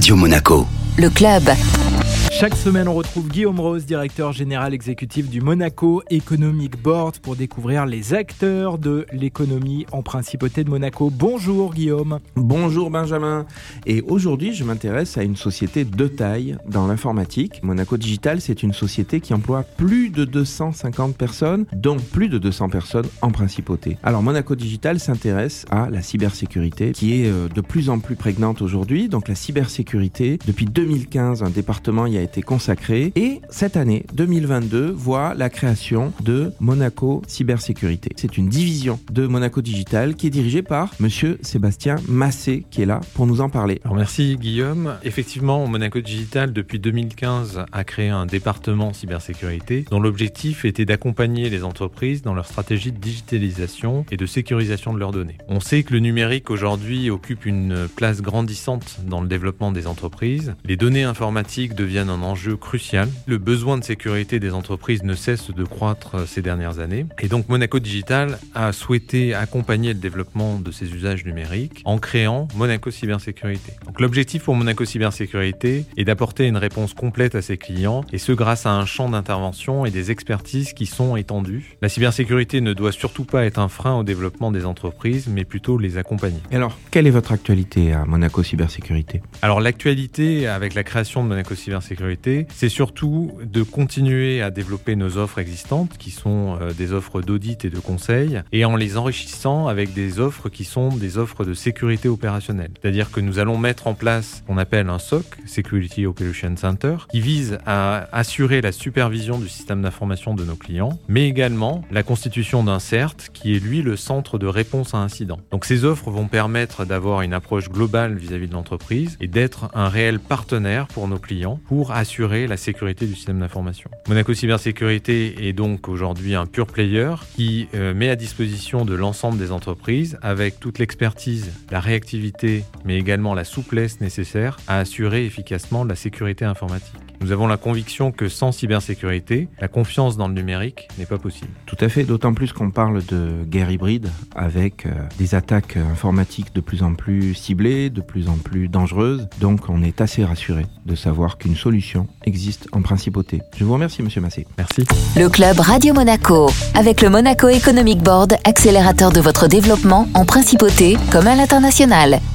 Radio Monaco. Le club. Chaque semaine, on retrouve Guillaume Rose, directeur général exécutif du Monaco Economic Board, pour découvrir les acteurs de l'économie en principauté de Monaco. Bonjour Guillaume. Bonjour Benjamin. Et aujourd'hui, je m'intéresse à une société de taille dans l'informatique. Monaco Digital, c'est une société qui emploie plus de 250 personnes, dont plus de 200 personnes en principauté. Alors Monaco Digital s'intéresse à la cybersécurité, qui est de plus en plus prégnante aujourd'hui. Donc la cybersécurité, depuis 2015, un département y a été consacré, et cette année 2022 voit la création de Monaco Cybersécurité. C'est une division de Monaco Digital qui est dirigée par monsieur Sébastien Massé, qui est là pour nous en parler. Alors merci Guillaume. Effectivement, Monaco Digital depuis 2015 a créé un département cybersécurité dont l'objectif était d'accompagner les entreprises dans leur stratégie de digitalisation et de sécurisation de leurs données. On sait que le numérique aujourd'hui occupe une place grandissante dans le développement des entreprises. Les données informatiques deviennent un enjeu crucial. Le besoin de sécurité des entreprises ne cesse de croître ces dernières années. Et donc Monaco Digital a souhaité accompagner le développement de ces usages numériques en créant Monaco Cybersécurité. Donc l'objectif pour Monaco Cybersécurité est d'apporter une réponse complète à ses clients, et ce grâce à un champ d'intervention et des expertises qui sont étendues. La cybersécurité ne doit surtout pas être un frein au développement des entreprises, mais plutôt les accompagner. Et alors, quelle est votre actualité à Monaco Cybersécurité ? Alors l'actualité avec la création de Monaco Cybersécurité, c'est surtout de continuer à développer nos offres existantes, qui sont des offres d'audit et de conseil, et en les enrichissant avec des offres qui sont des offres de sécurité opérationnelle. C'est-à-dire que nous allons mettre en place ce qu'on appelle un SOC, Security Operation Center, qui vise à assurer la supervision du système d'information de nos clients, mais également la constitution d'un CERT, qui est lui le centre de réponse à incidents. Donc ces offres vont permettre d'avoir une approche globale vis-à-vis de l'entreprise et d'être un réel partenaire pour nos clients pour assurer la sécurité du système d'information. Monaco Cybersécurité est donc aujourd'hui un pure player qui met à disposition de l'ensemble des entreprises avec toute l'expertise, la réactivité, mais également la souplesse nécessaire à assurer efficacement la sécurité informatique. Nous avons la conviction que sans cybersécurité, la confiance dans le numérique n'est pas possible. Tout à fait, d'autant plus qu'on parle de guerre hybride avec des attaques informatiques de plus en plus ciblées, de plus en plus dangereuses. Donc on est assez rassuré de savoir qu'une solution existe en principauté. Je vous remercie monsieur Massé. Merci. Le club Radio Monaco, avec le Monaco Economic Board, accélérateur de votre développement en principauté comme à l'international.